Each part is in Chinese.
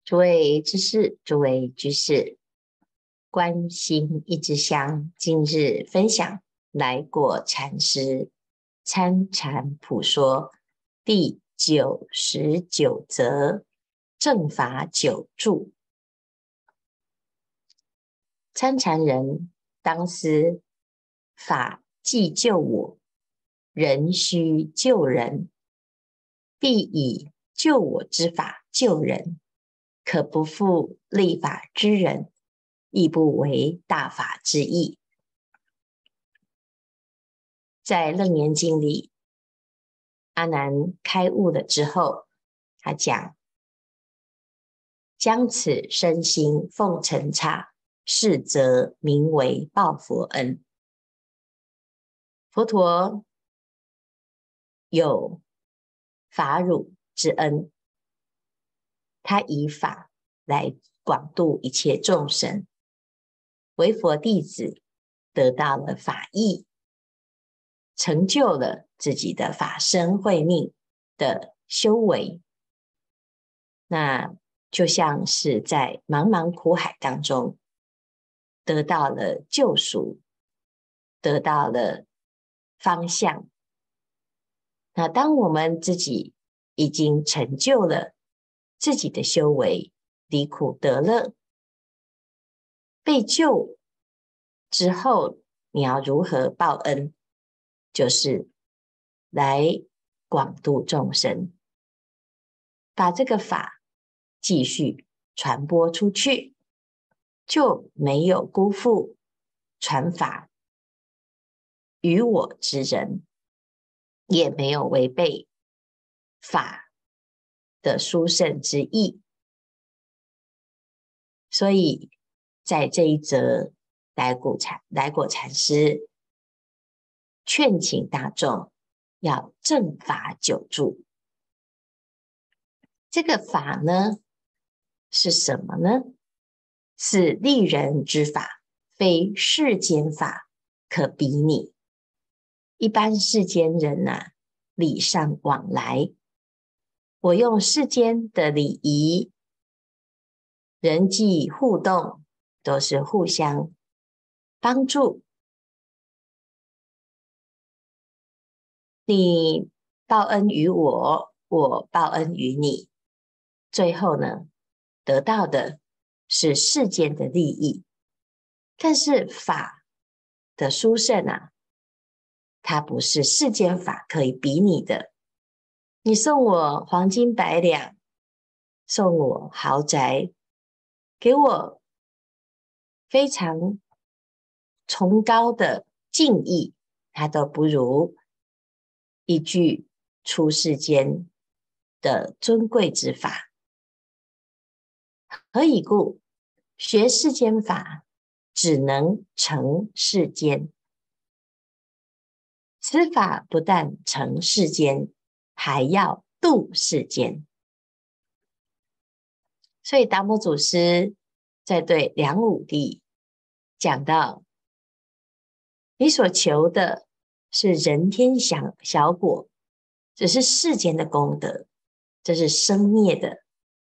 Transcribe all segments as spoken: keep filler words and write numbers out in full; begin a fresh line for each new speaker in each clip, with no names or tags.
诸位知士，诸位居士，观心一支香，今日分享来果禅师参禅普说第九十九则正法九助。参禅人当思，法既救我，人须救人，必以救我之法救人，可不负立法之人，亦不为大法之意。在楞严经里，阿难开悟了之后，他讲：将此身心奉承刹，是则名为报佛恩。佛陀有法乳之恩，他以法来广度一切众生，为佛弟子得到了法益，成就了自己的法身慧命的修为，那就像是在茫茫苦海当中得到了救赎，得到了方向。那当我们自己已经成就了自己的修为，离苦得乐，被救之后，你要如何报恩？就是来广度众生，把这个法继续传播出去，就没有辜负传法于我之人，也没有违背法的殊胜之意。所以在这一则来果禅来果禅师劝请大众要正法九助。这个法呢是什么呢？是利人之法，非世间法可比拟。一般世间人啊，礼尚往来，我用世间的礼仪，人际互动都是互相帮助，你报恩于我，我报恩于你，最后呢，得到的是世间的利益。但是法的殊胜啊，它不是世间法可以比拟的。你送我黄金百两，送我豪宅，给我非常崇高的敬意，它都不如一句出世间的尊贵之法。何以故？学世间法，只能成世间。此法不但成世间，还要度世间。所以达摩祖师在对梁武帝讲到，你所求的是人天小小果，只是世间的功德，这是生灭的，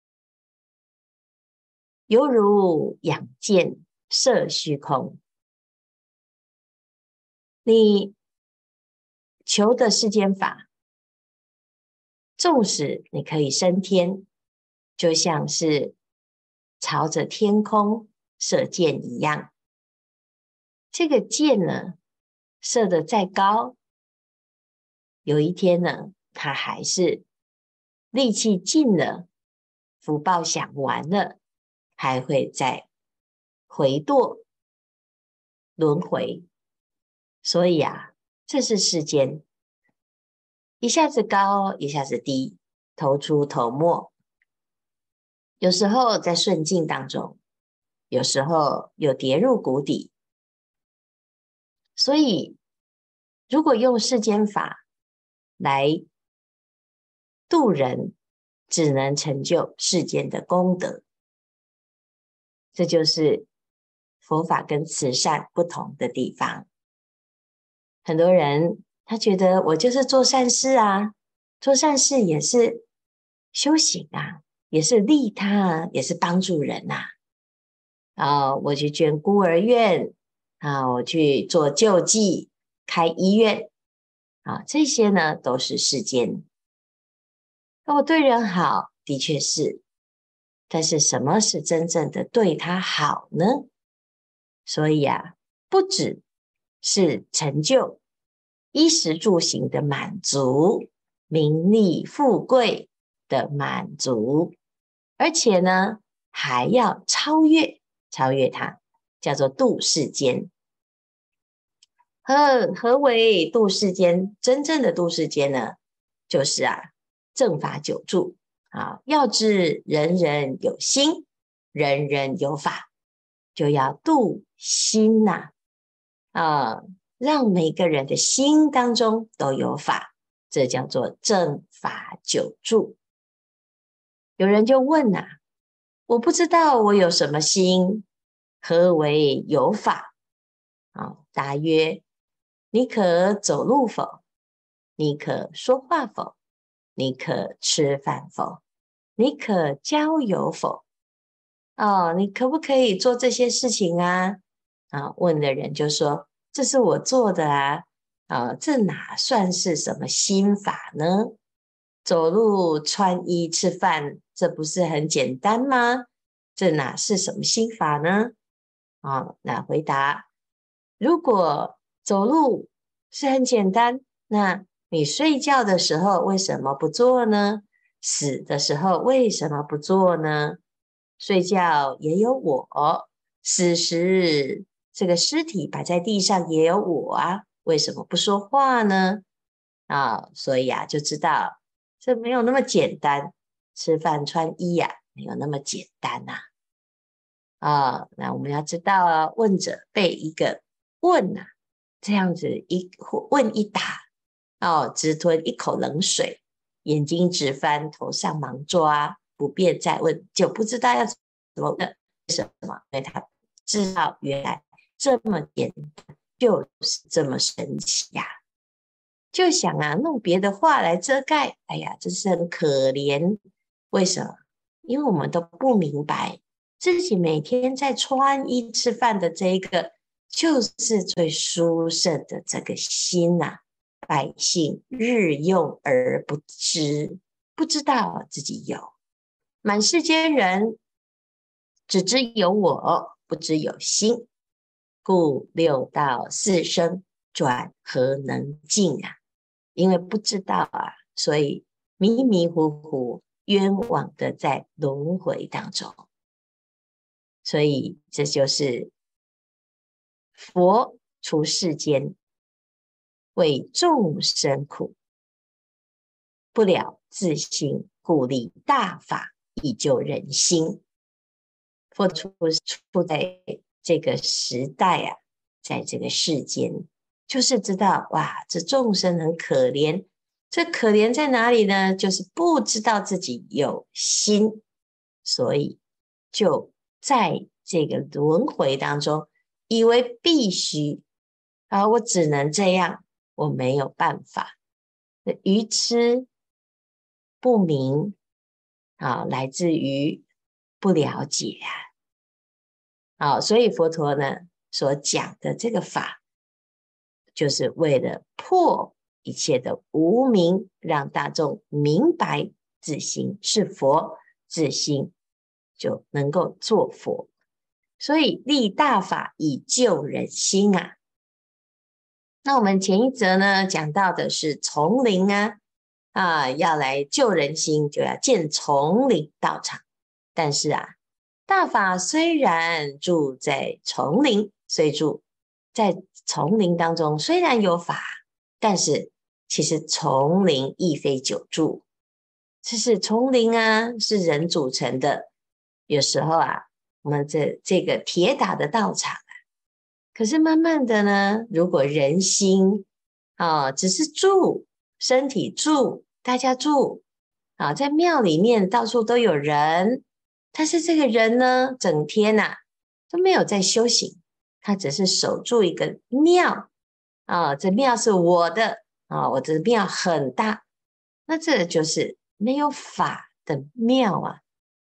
犹如仰箭射虚空。你求的世间法，纵使你可以升天，就像是朝着天空射箭一样，这个箭呢，射得再高，有一天呢，它还是力气尽了，福报享完了，还会再回堕轮回。所以啊，这是世间，一下子高，一下子低，头出头没。有时候在顺境当中，有时候又跌入谷底。所以如果用世间法来度人，只能成就世间的功德。这就是佛法跟慈善不同的地方。很多人他觉得我就是做善事啊，做善事也是修行啊， 也是利他，也是帮助人呐、啊。啊，我去捐孤儿院啊，我去做救济，开医院啊，这些呢都是世间。那我对人好，的确是，但是什么是真正的对他好呢？所以啊，不只是成就衣食住行的满足，名利富贵的满足，而且呢，还要超越，超越它，叫做度世间。何何为度世间？真正的度世间呢，就是啊，正法久住啊。要知人人有心，人人有法，就要度心呐、啊，啊，让每个人的心当中都有法，这叫做正法久住。有人就问呐、啊，我不知道我有什么心，何为有法？啊，答曰：你可走路否？你可说话否？你可吃饭否？你可交友否？哦，你可不可以做这些事情啊？啊，问的人就说：这是我做的啊。啊，这哪算是什么心法呢？走路、穿衣、吃饭，这不是很简单吗？这哪是什么心法呢？啊，那回答：如果走路是很简单，那你睡觉的时候为什么不做呢？死的时候为什么不做呢？睡觉也有我，死时这个尸体摆在地上也有我啊，为什么不说话呢？啊，所以啊，就知道这没有那么简单，吃饭穿衣呀、啊，没有那么简单呐、啊。啊，那我们要知道啊，问者被一个问啊，这样子一问一答，哦，直吞一口冷水，眼睛直翻，头上忙抓，不便再问，就不知道要怎么问。为什么？因为他知道原来这么简单，就是这么神奇呀、啊。就想啊，弄别的话来遮盖，哎呀，真是很可怜。为什么？因为我们都不明白，自己每天在穿衣吃饭的这一个，就是最殊胜的这个心呐、啊。百姓日用而不知，不知道自己有。满世间人只知有我，不知有心，故六道四生转何能尽啊？因为不知道啊，所以迷迷糊糊、冤枉的在轮回当中。所以这就是佛出世间为众生苦，不了自性，故立大法以救人心。佛出出在这个时代啊，在这个世间，就是知道哇，这众生很可怜。这可怜在哪里呢？就是不知道自己有心，所以就在这个轮回当中，以为必须啊，我只能这样，我没有办法。愚痴不明啊，来自于不了解啊。好，所以佛陀呢所讲的这个法，就是为了破一切的无明，让大众明白自心是佛，自心就能够做佛。所以立大法以救人心啊。那我们前一则呢讲到的是丛林啊，啊，要来救人心，就要建丛林道场。但是啊，大法虽然住在丛林，虽住在丛林当中，虽然有法，但是其实丛林亦非久住。其实丛林啊是人组成的，有时候啊，我们这这个铁打的道场啊，可是慢慢的呢，如果人心啊，只是住身体住，大家住啊，在庙里面到处都有人，但是这个人呢，整天呐、啊、都没有在修行，他只是守住一个庙啊，这庙是我的啊，我的庙很大，那这就是没有法的庙啊。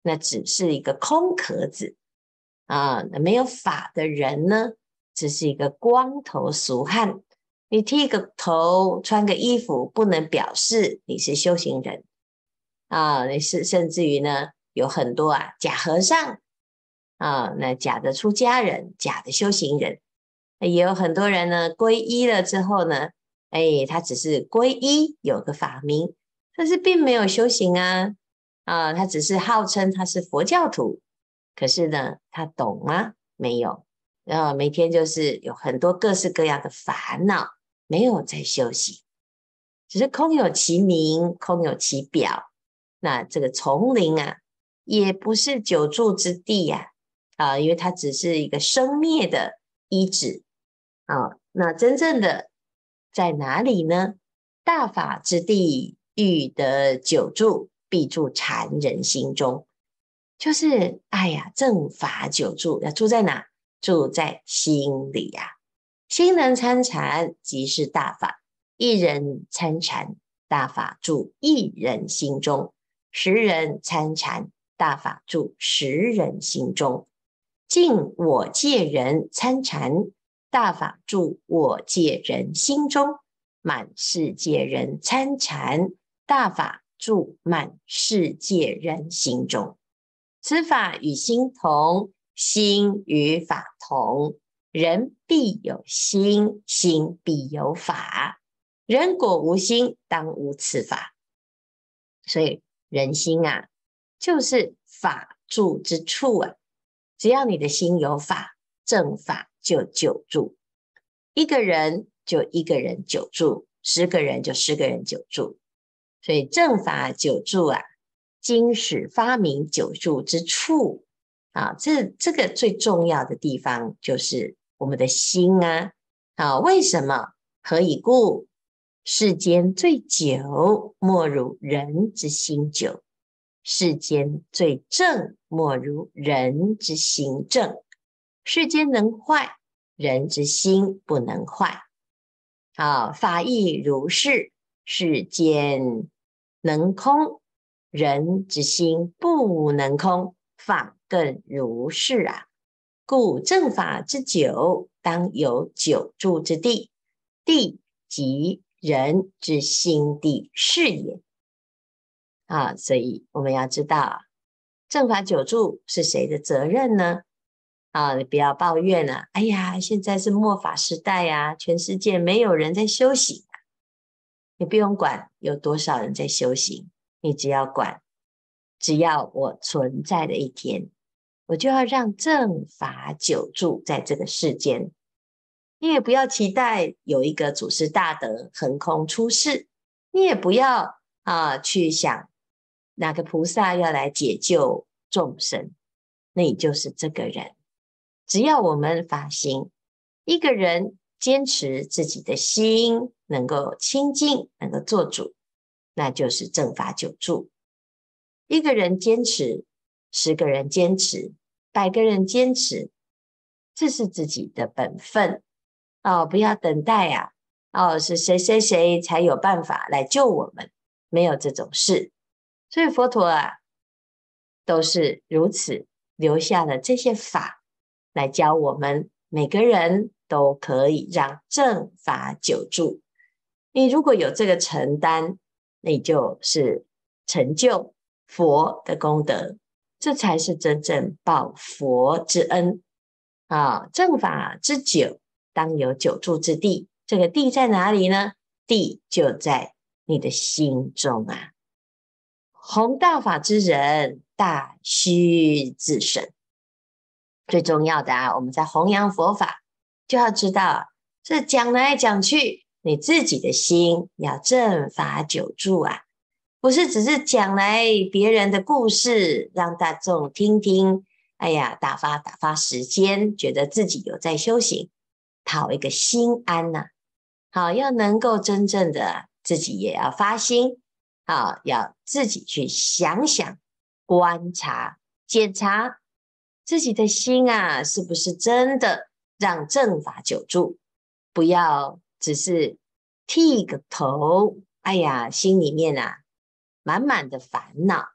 那只是一个空壳子啊。没有法的人呢，只是一个光头俗汉。你剃个头，穿个衣服，不能表示你是修行人啊。你是甚至于呢，有很多啊假和尚啊，那假的出家人，假的修行人，也有很多人呢皈依了之后呢，哎，他只是皈依，有个法名，但是并没有修行啊啊，他只是号称他是佛教徒，可是呢，他懂吗？没有，然后每天就是有很多各式各样的烦恼。没有在休息，只是空有其名，空有其表。那这个丛林啊，也不是久住之地呀、啊，啊，因为它只是一个生灭的依止啊。那真正的在哪里呢？大法之地，欲得久住，必住禅人心中。就是哎呀，正法久住，要住在哪？住在心里呀、啊。心能参禅，即是大法。一人参禅，大法住一人心中；十人参禅，大法住十人心中。尽我界人参禅，大法住我界人心中；满世界人参禅，大法住满世界人心中。此法与心同，心与法同。人必有心，心必有法。人果无心，当无此法。所以人心啊，就是法住之处啊。只要你的心有法，正法就久住。一个人就一个人久住，十个人就十个人久住。所以正法久住啊，经始发明久住之处啊，这这个最重要的地方就是我们的心啊。啊，为什么？何以故？世间最久，莫如人之心久；世间最正，莫如人之心正。世间能坏，人之心不能坏。啊，法亦如是，世间能空，人之心不能空，法更如是啊。故正法之久，当有久住之地，地即人之心地是也。啊，所以我们要知道，正法久住是谁的责任呢？啊，你不要抱怨了、啊。哎呀，现在是末法时代啊，全世界没有人在修行、啊、你不用管有多少人在修行，你只要管，只要我存在的一天，我就要让正法久住在这个世间。你也不要期待有一个祖师大德横空出世，你也不要啊去想哪个菩萨要来解救众生，那你就是这个人。只要我们发心，一个人坚持自己的心能够清净，能够做主，那就是正法久住。一个人坚持，十个人坚持，百个人坚持，这是自己的本分哦，不要等待啊！哦，是谁谁谁才有办法来救我们？没有这种事。所以佛陀啊，都是如此留下了这些法来教我们，每个人都可以让正法久住。你如果有这个承担，那你就是成就佛的功德，这才是真正报佛之恩啊！正法之久，当有久住之地。这个地在哪里呢？地就在你的心中啊！弘大法之人，大须自省。最重要的啊，我们在弘扬佛法，就要知道，这讲来讲去，你自己的心要正法久住啊，不是只是讲来别人的故事，让大众听听，哎呀，打发打发时间，觉得自己有在修行，讨一个心安呐、啊。好，要能够真正的自己也要发心，好，要自己去想想、观察、检查自己的心啊，是不是真的让正法久住？不要只是剃个头，哎呀，心里面啊满满的烦恼，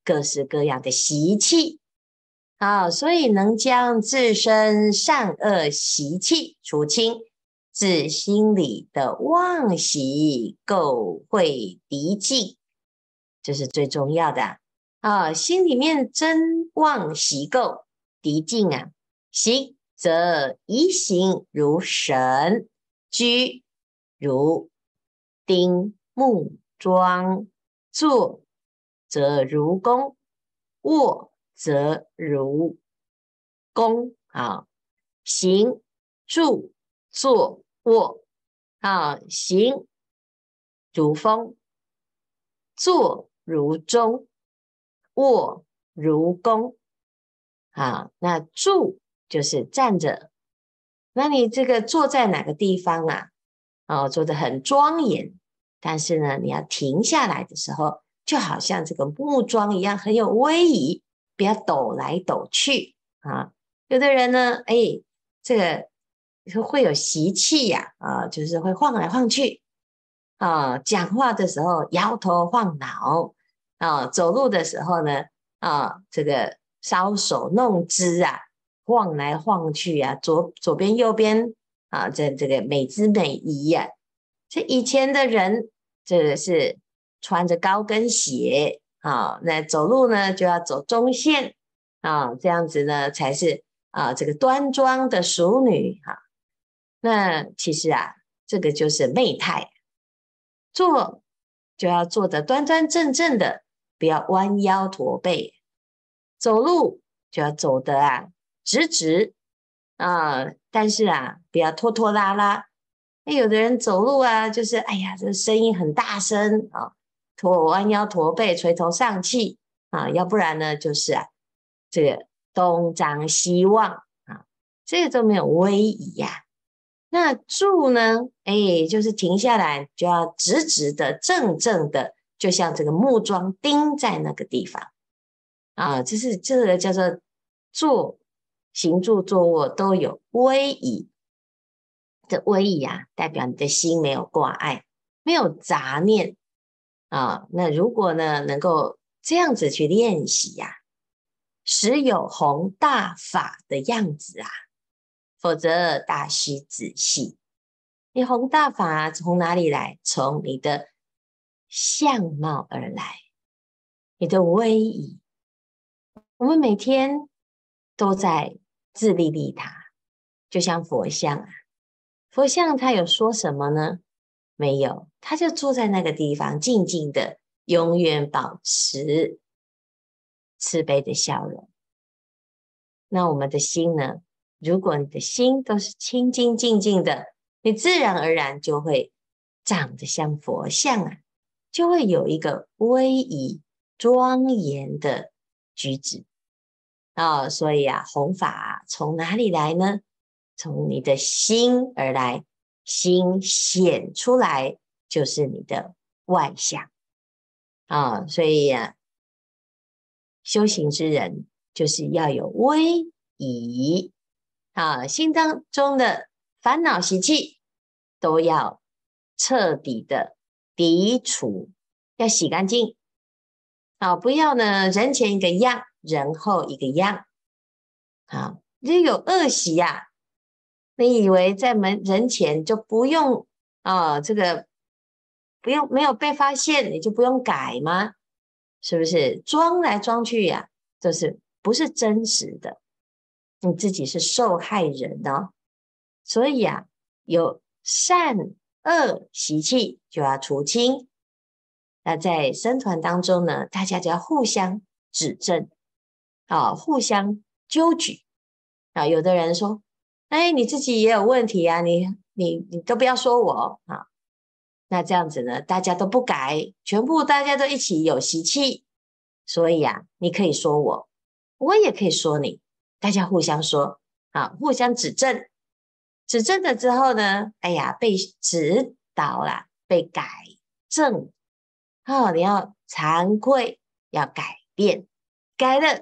各式各样的习气。好，所以能将自身善恶习气除清，自心里的妄习垢秽涤净，这是最重要的啊！心里面真妄习垢涤净啊，行则宜行如神，居如丁木桩，坐则如弓，卧则如弓啊，行住坐卧啊，行如风，坐如钟，卧如弓啊。那住就是站着，那你这个坐在哪个地方啊？哦，坐得很庄严，但是呢，你要停下来的时候，就好像这个木桩一样，很有威仪，不要抖来抖去啊。有的人呢，哎，这个会有习气呀，啊，就是会晃来晃去啊，讲话的时候摇头晃脑啊，走路的时候呢，啊，这个搔首弄姿啊，晃来晃去啊，左左边右边啊，这这个美姿美仪呀、啊。这以前的人，这个是穿着高跟鞋啊，那走路呢就要走中线啊，这样子呢才是啊这个端庄的淑女哈、啊。那其实啊，这个就是媚态，坐就要坐得端端正正的，不要弯腰驼背；走路就要走得啊直直啊，但是啊不要拖拖拉拉。那有的人走路啊，就是哎呀，这个声音很大声啊，驼弯腰驼背，垂头丧气啊，要不然呢，就是啊，这个东张西望啊，这个都没有威仪呀、啊。那住呢，哎，就是停下来，就要直直的、正正的，就像这个木桩钉在那个地方啊，这是这个叫做坐、行住坐卧都有威仪。这威仪啊，代表你的心没有挂碍，没有杂念啊。那如果呢，能够这样子去练习呀、啊，实有弘大法的样子啊，否则大须仔细。你弘大法从哪里来？从你的相貌而来，你的威仪。我们每天都在自利利他，就像佛像啊。佛像他有说什么呢？没有，他就坐在那个地方，静静的，永远保持慈悲的笑容。那我们的心呢？如果你的心都是清清静静的，你自然而然就会长得像佛像啊，就会有一个威仪庄严的举止啊、哦。所以啊，弘法啊，从哪里来呢？从你的心而来，心显出来就是你的外相啊、哦。所以啊，修行之人就是要有威仪啊，心当中的烦恼习气都要彻底的涤除，要洗干净啊！不要呢人前一个样，人后一个样啊！你有恶习呀、啊，你以为在门人前就不用啊？这个不用没有被发现，你就不用改吗？是不是装来装去呀、啊？就是不是真实的，你自己是受害人哦。所以啊，有善恶习气就要除清。那在僧团当中呢，大家就要互相指正啊，互相纠举啊。有的人说：“哎，你自己也有问题啊，你你你都不要说我啊。”那这样子呢，大家都不改，全部大家都一起有习气，所以啊，你可以说我，我也可以说你，大家互相说啊，互相指正。指正了之后呢，哎呀，被指导啦，被改正。哦，你要惭愧，要改变，改了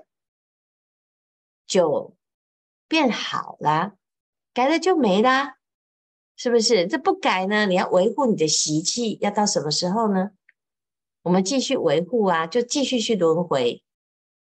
就变好啦，改了就没啦，是不是？这不改呢，你要维护你的习气，要到什么时候呢？我们继续维护啊，就继续去轮回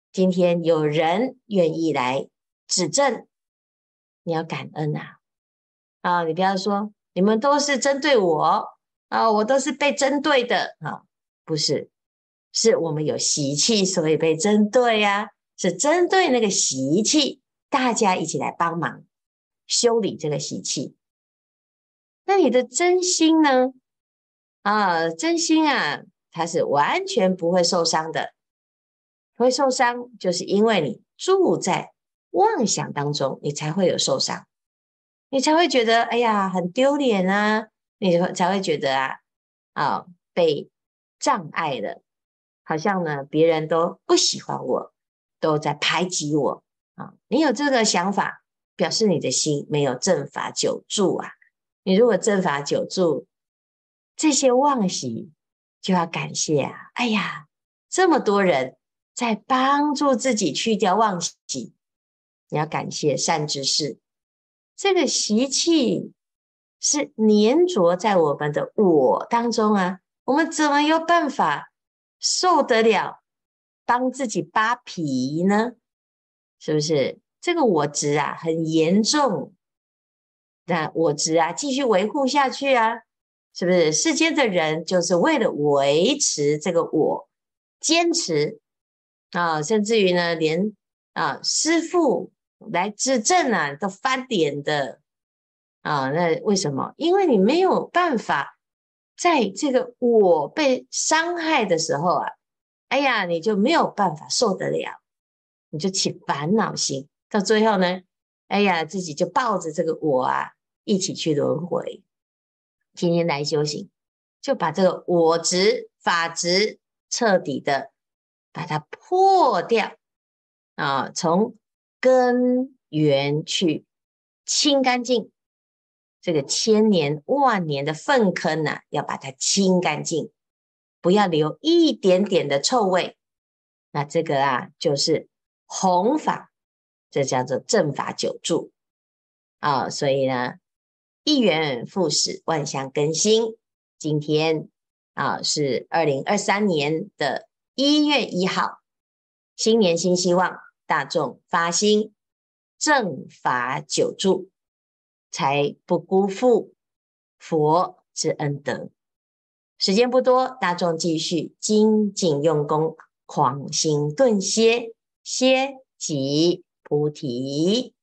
今天有人愿意来指正，你要感恩啊！啊，你不要说你们都是针对我啊，我都是被针对的啊，不是，是我们有习气，所以被针对呀、啊，是针对那个习气，大家一起来帮忙修理这个习气。那你的真心呢？啊，真心啊，它是完全不会受伤的。会受伤，就是因为你住在妄想当中，你才会有受伤，你才会觉得哎呀很丢脸啊，你才会觉得啊啊被障碍了，好像呢别人都不喜欢我，都在排挤我啊。你有这个想法，表示你的心没有正法久住啊。你如果正法久住，这些妄喜就要感谢啊！哎呀，这么多人在帮助自己去掉妄喜，你要感谢善知识。这个习气是粘着在我们的我当中啊，我们怎么有办法受得了帮自己扒皮呢？是不是？这个我执啊很严重，那我执啊继续维护下去啊，是不是？世间的人就是为了维持这个我，坚持啊，甚至于呢，连啊师父来指正啊都翻脸的啊。那为什么？因为你没有办法在这个我被伤害的时候啊，哎呀，你就没有办法受得了，你就起烦恼心，到最后呢，哎呀，自己就抱着这个我啊一起去轮回。今天来修行，就把这个我执、法执彻底的把它破掉啊，从根源去清干净这个千年万年的粪坑啊，要把它清干净，不要留一点点的臭味。那这个啊，就是弘法，这叫做正法久住啊。所以呢，一元复始，万象更新。今天啊，是二零二三年的一月一号，新年新希望，大众发心正法久住，才不辜负佛之恩德。时间不多，大众继续精进用功，狂心顿歇，歇即菩提。